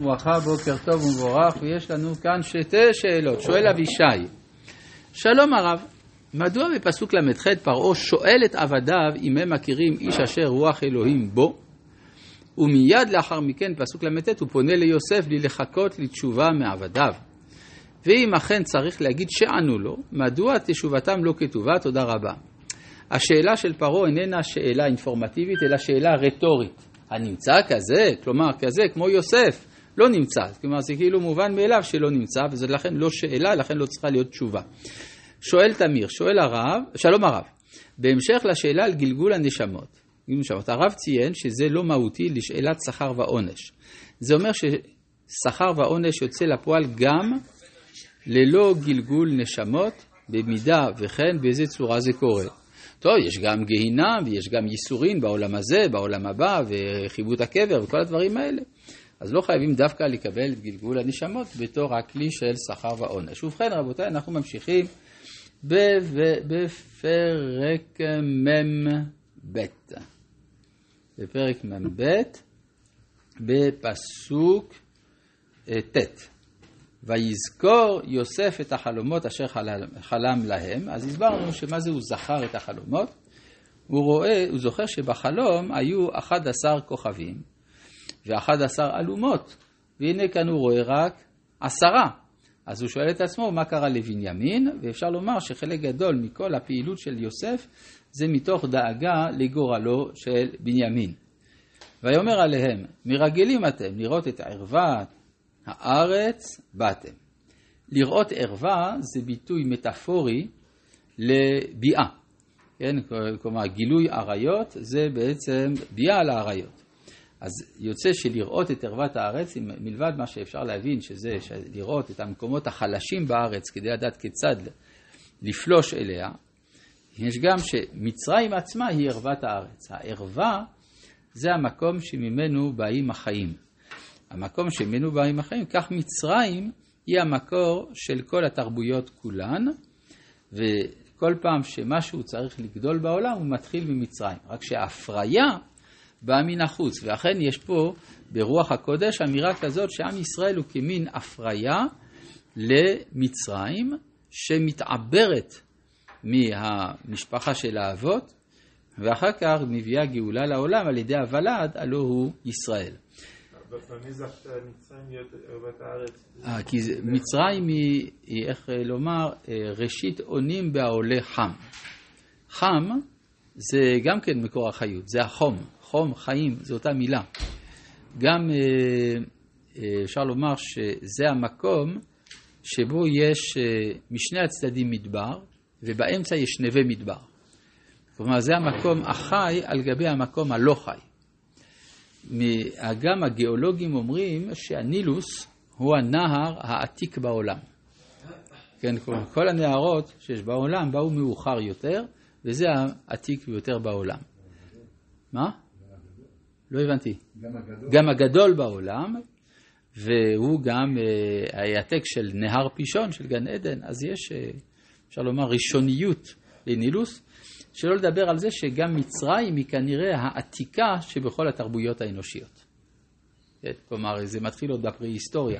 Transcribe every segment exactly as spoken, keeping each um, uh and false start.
ברכה, בוקר טוב ומבורך, ויש לנו כאן שתי שאלות. שואל אבישי, שלום הרב, מדוע בפסוק למ"ח פרעה שואל את עבדיו אם הם מכירים איש אשר רוח אלוהים בו, ומיד לאחר מכן פסוק למ"ט הוא פונה ליוסף בלי לחכות לתשובה מעבדיו. ואם אכן צריך להגיד שענו לו, מדוע תשובתם לא כתובה? תודה רבה. השאלה של פרעה איננה שאלה אינפורמטיבית, אלא שאלה רטורית. הנמצא כזה, כלומר כזה, כמו יוסף, לא נמצא. כלומר זה כאילו מובן מאליו שלא נמצא, וזה לכן לא שאלה, לכן לא צריכה להיות תשובה. שואל תמיר, שואל הרב, שלום הרב, בהמשך לשאלה על גלגול הנשמות. הרב ציין שזה לא מהותי לשאלת שכר ועונש. זה אומר ששכר ועונש יוצא לפועל גם ללא גלגול נשמות, במידה וכן באיזה צורה זה קורה. טוב, יש גם גיהינם ויש גם ייסורים בעולם הזה, בעולם הבא, וחיבוט הקבר וכל הדברים האלה. אז לא חייבים דווקא לקבל את גלגול הנשמות בתור הכלי של שכר ועונש. ובכן רבותיי, אנחנו ממשיכים בפרק מ"ב. בפרק מ"ב, בפסוק ט'. ויזכור יוסף את החלומות אשר חלם, חלם להם. אז הסברנו שמה זה הוא זכר את החלומות. הוא רואה, הוא זוכר שבחלום היו אחד עשר כוכבים ואחד עשר אלומות, והנה כאן הוא רואה רק עשרה. אז הוא שואל את עצמו מה קרה לבנימין, ואפשר לומר שחלק גדול מכל הפעילות של יוסף זה מתוך דאגה לגורלו של בנימין. ויאמר עליהם, מרגלים אתם לראות את ערוות הארץ באתם. לראות ערווה זה ביטוי מטאפורי לביאה. כן? כלומר, גילוי עריות זה בעצם ביאה על העריות. אז יוצא שלראות את ערוות הארץ, מלבד מה שאפשר להבין שזה לראות את המקומות החלשים בארץ כדי לדעת כיצד לפלוש אליה, יש גם שמצרים עצמה היא ערוות הארץ. הערווה זה המקום שממנו באים החיים. המקום שממנו באים החיים, כך מצרים היא המקור של כל התרבויות כולן, וכל פעם שמשהו צריך לגדול בעולם הוא מתחיל ממצרים. רק שההפריה באה מן החוץ, ואכן יש פה ברוח הקודש אמירה כזאת שעם ישראל הוא כמין הפריה למצרים שמתעברת מהמשפחה של האבות, ואחר כך מביאה גאולה לעולם על ידי הוולד, הלא הוא ישראל. בפני זכתה מצרים להיות ערוות הארץ. כי מצרים היא, היא, איך לומר, ראשית עונים בעולה חם. חם זה גם כן מקור החיות, זה החום. חום, חיים, זו אותה מילה. גם אפשר לומר שזה המקום שבו יש משני הצדדים מדבר, ובאמצע יש נווה מדבר. כלומר, זה המקום החי על גבי המקום הלא חי. גם הגיאולוגים אומרים שהנילוס הוא הנהר העתיק בעולם. כן, כל הנהרות שיש בעולם באו מאוחר יותר, וזה העתיק ביותר בעולם. מה? לא הבנתי. גם הגדול. גם הגדול בעולם, והוא גם העתק של נהר פישון של גן עדן, אז יש, אפשר לומר, ראשוניות לנילוס, שלא לדבר על זה שגם מצרים היא כנראה העתיקה שבכל התרבויות האנושיות. כלומר, זה מתחיל עוד בפרה-היסטוריה.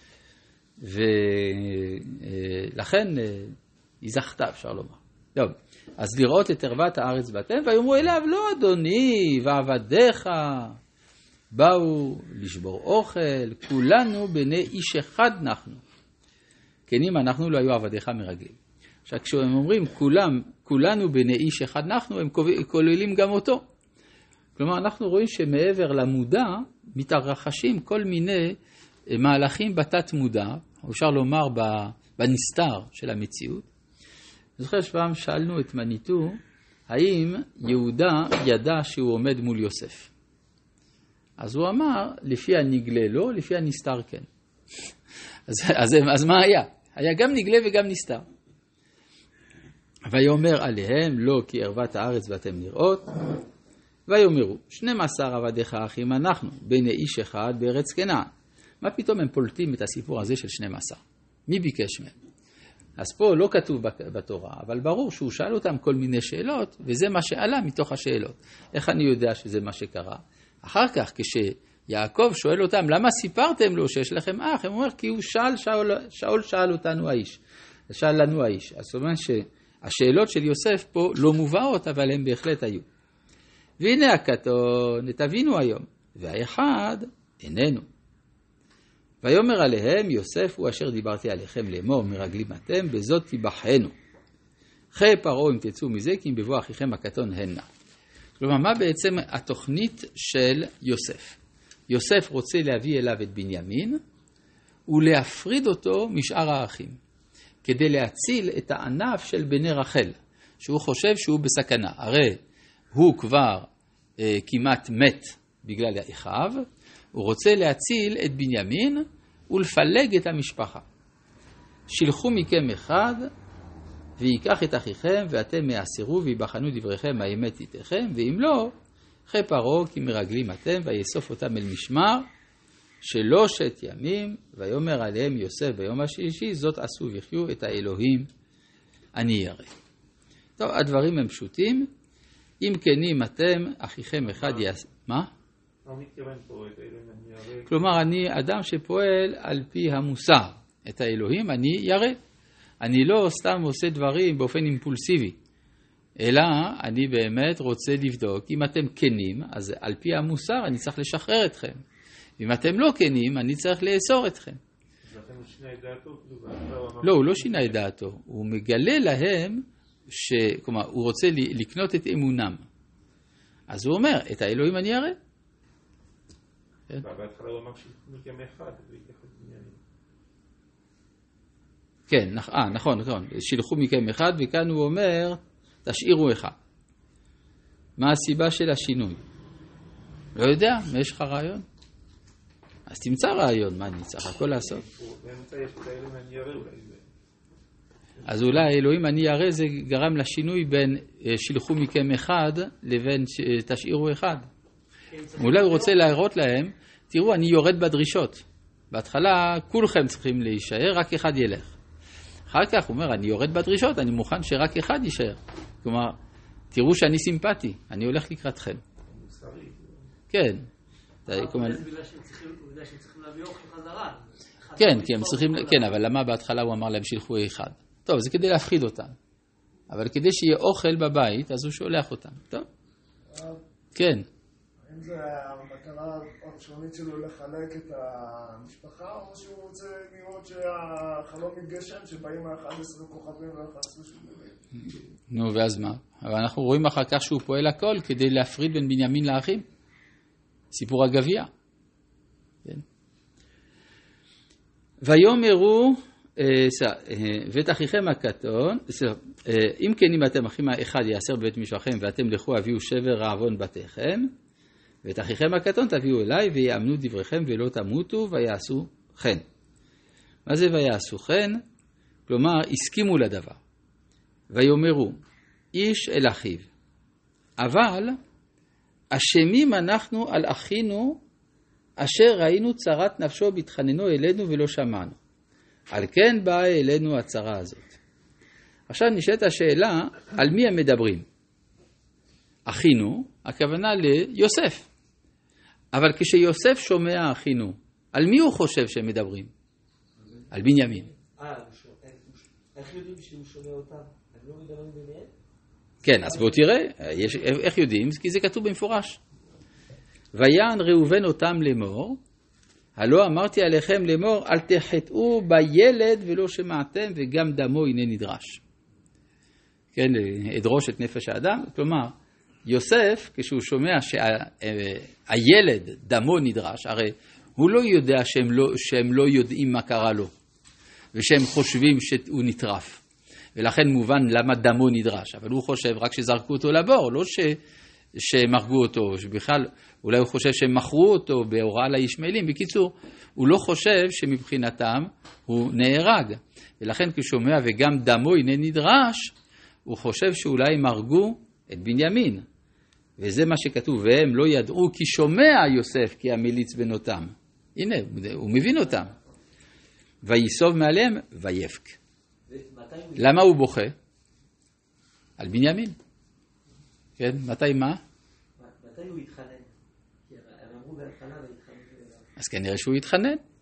ולכן היא זכתה, אפשר לומר. טוב, אז לראות את ערוות הארץ באתם, ויאמרו אליו, לא אדוני, ועבדיך באו לשבור אוכל, כולנו בני איש אחד אנחנו. כן, אם אנחנו לא היו עבדיך מרגלים. עכשיו, כשהם אומרים כולם, כולנו בני איש אחד אנחנו, הם כוללים גם אותו. כלומר, אנחנו רואים שמעבר למודע מתרחשים כל מיני מהלכים בתת מודע, או אפשר לומר בנסתר של המציאות. אני זוכר שפעם שאלנו את מניטו, האם יהודה ידע שהוא עומד מול יוסף? אז הוא אמר, לפי הנגלה לא, לפי הנסתר כן. אז, אז, אז מה היה? היה גם נגלה וגם נסתר. ויאמר עליהם, לא כי ערוות הארץ ואתם נראות, ויאמרו, שנים עשר עבדיך אחים אנחנו, בני איש אחד בארץ כנען. מה פתאום הם פולטים את הסיפור הזה של שנים עשר? מי ביקש מהם? אז פה לא כתוב בתורה, אבל ברור שהוא שאל אותם כל מיני שאלות, וזה מה שעלה מתוך השאלות. איך אני יודע שזה מה שקרה? אחר כך, כש... יעקב שואל אותם, למה סיפרתם לו שיש לכם אח? הם אומר, כי הוא שאל, שאול, שאול שאל אותנו האיש, שאל לנו האיש. זאת אומרת שהשאלות של יוסף פה לא מובאות, אבל הן בהחלט היו. והנה הקטון, תבינו היום, והאחד איננו. ויאמר עליהם, יוסף הוא אשר דיברתי עליכם לאמור, מרגלים אתם, בזאת תיבחנו. חי פרעה אם תצאו מזה, כי אם בבוא אחיכם הקטון הנה. כלומר, מה בעצם התוכנית של יוסף? יוסף רוצה להביא אליו את בנימין, ולהפריד אותו משאר האחים, כדי להציל את הענף של בני רחל, שהוא חושב שהוא בסכנה. הרי הוא כבר אה, כמעט מת בגלל אחיו, הוא רוצה להציל את בנימין ולפלג את המשפחה. שילחו מכם אחד, ויקח את אחיכם, ואתם יאסרו ויבחנו דבריכם האמת איתכם, ואם לא, חי פרעה כי מרגלים אתם, ויאסוף אותם אל משמר שלושת ימים, ויאמר עליהם יוסף ביום השלישי, זאת עשו וחיו את האלוהים אני ירא. טוב, הדברים הם פשוטים. אם כנים אתם, אחיכם אחד יעשה... מה? לא מתכוון פה את האלוהים אני ירא. כלומר, אני אדם שפועל על פי המוסר. את האלוהים אני ירא. אני לא סתם עושה דברים באופן אימפולסיבי, אלא אני באמת רוצה לבדוק. אם אתם כנים, אז על פי המוסר אני צריך לשחרר אתכם. ואם אתם לא כנים, אני צריך לאסור אתכם. אז לכן הוא שינה את דעתו? לא, הוא לא שינה את דעתו. הוא מגלה להם, ש... כלומר, הוא רוצה לקנות את אמונם. אז הוא אומר, את האלוהים אני ירא. בהתחלה הוא אמר שילכו מכם אחד, ויקח את בנימין. כן, אה, נכון, נכון. שילחו מכם אחד, וכאן הוא אומר, תשאירו אחד. מה הסיבה של השינוי? לא יודע, מה יש לך רעיון? אז תמצא רעיון, מה אני צריך הכל לעשות? באמצע יש את האלוהים אני ירא אולי. אז אולי אלוהים אני ירא זה גרם לשינוי בין שילחו מכם אחד לבין תשאירו אחד. אולי הוא רוצה להראות להם, תראו, אני יורד בדרישות. בהתחלה כולכם צריכים להישאר, רק אחד ילך. אחר כך הוא אומר, אני יורד בדרישות, אני מוכן שרק אחד יישאר. כלומר, תראו שאני סימפטי, אני הולך לקראתכם. כן. זה בגלל שהם צריכים להביא אוכל חזרה. כן, כי הם צריכים, כן, אבל למה בהתחלה הוא אמר להם שילכו אחד? טוב, זה כדי להפחיד אותם. אבל כדי שיהיה אוכל בבית, אז הוא שולח אותם. טוב? כן. האם זה המטרה הראשונית שלו לחלק את המשפחה, או שהוא רוצה לראות שהחלום מתגשם, שבאים ה-אחד עשר כוכבים ולא חסו שום דבר? נו, ואז מה? אבל אנחנו רואים אחר כך שהוא פועל הכל כדי להפריד בין בנימין לאחים. סיפור הגביע. כן. ויאמרו, ואת אחיכם הקטון, אם כן אם אתם אחים האחד יאסר בבית משפחכם, ואתם לכו הביאו שבר רעבון בתיכם, ואת אחיכם הקטון תביאו אליי, ויאמנו דבריכם ולא תמותו, ויעשו כן. מה זה ויעשו כן? כלומר, הסכימו לדבר. ויאמרו, איש אל אחיו. אבל, אשמים אנחנו על אחינו, אשר ראינו צרת נפשו בהתחננו אלינו ולא שמענו. על כן באה אלינו הצרה הזאת. עכשיו נשאלת השאלה, על מי הם מדברים? אחינו, הכוונה ליוסף. אבל כשיוסף שומע אחינו, על מי הוא חושב שהם מדברים? על בנימין. אה, איך יודעים שהוא שומע אותם? הם לא מדברים ביניהם? כן, אז בוא תראה, יש, איך יודעים? כי זה כתוב במפורש. ויען ראובן אותם לאמור, הלא אמרתי עליכם לאמור, אל תחטאו בילד ולא שמעתם, וגם דמו הנה נדרש. כן, אדרוש את נפש האדם. כלומר, יוסף, כשהוא שומע שהילד דמו נדרש, הרי הוא לא יודע שהם לא, שהם לא יודעים מה קרה לו, ושהם חושבים שהוא נטרף. ולכן מובן למה דמו נדרש, אבל הוא חושב רק שזרקו אותו לבור, לא ש... שהם הרגו אותו, שבכלל אולי הוא חושב שהם מכרו אותו בהוראה לישמעאלים. בקיצור, הוא לא חושב שמבחינתם הוא נהרג. ולכן כשומע וגם דמו הנה נדרש, הוא חושב שאולי הם הרגו את בנימין. וזה מה שכתוב, והם לא ידעו כי שומע יוסף כי המליץ בנותם. הנה, הוא מבין אותם. ויסוב מעליהם ויפק. למה הוא בוכה? על בנימין. כן, מתי מה? מתי הוא התחנן? כי הם אמרו בהתחלה והתחנן. אז כנראה שהוא יתחנן.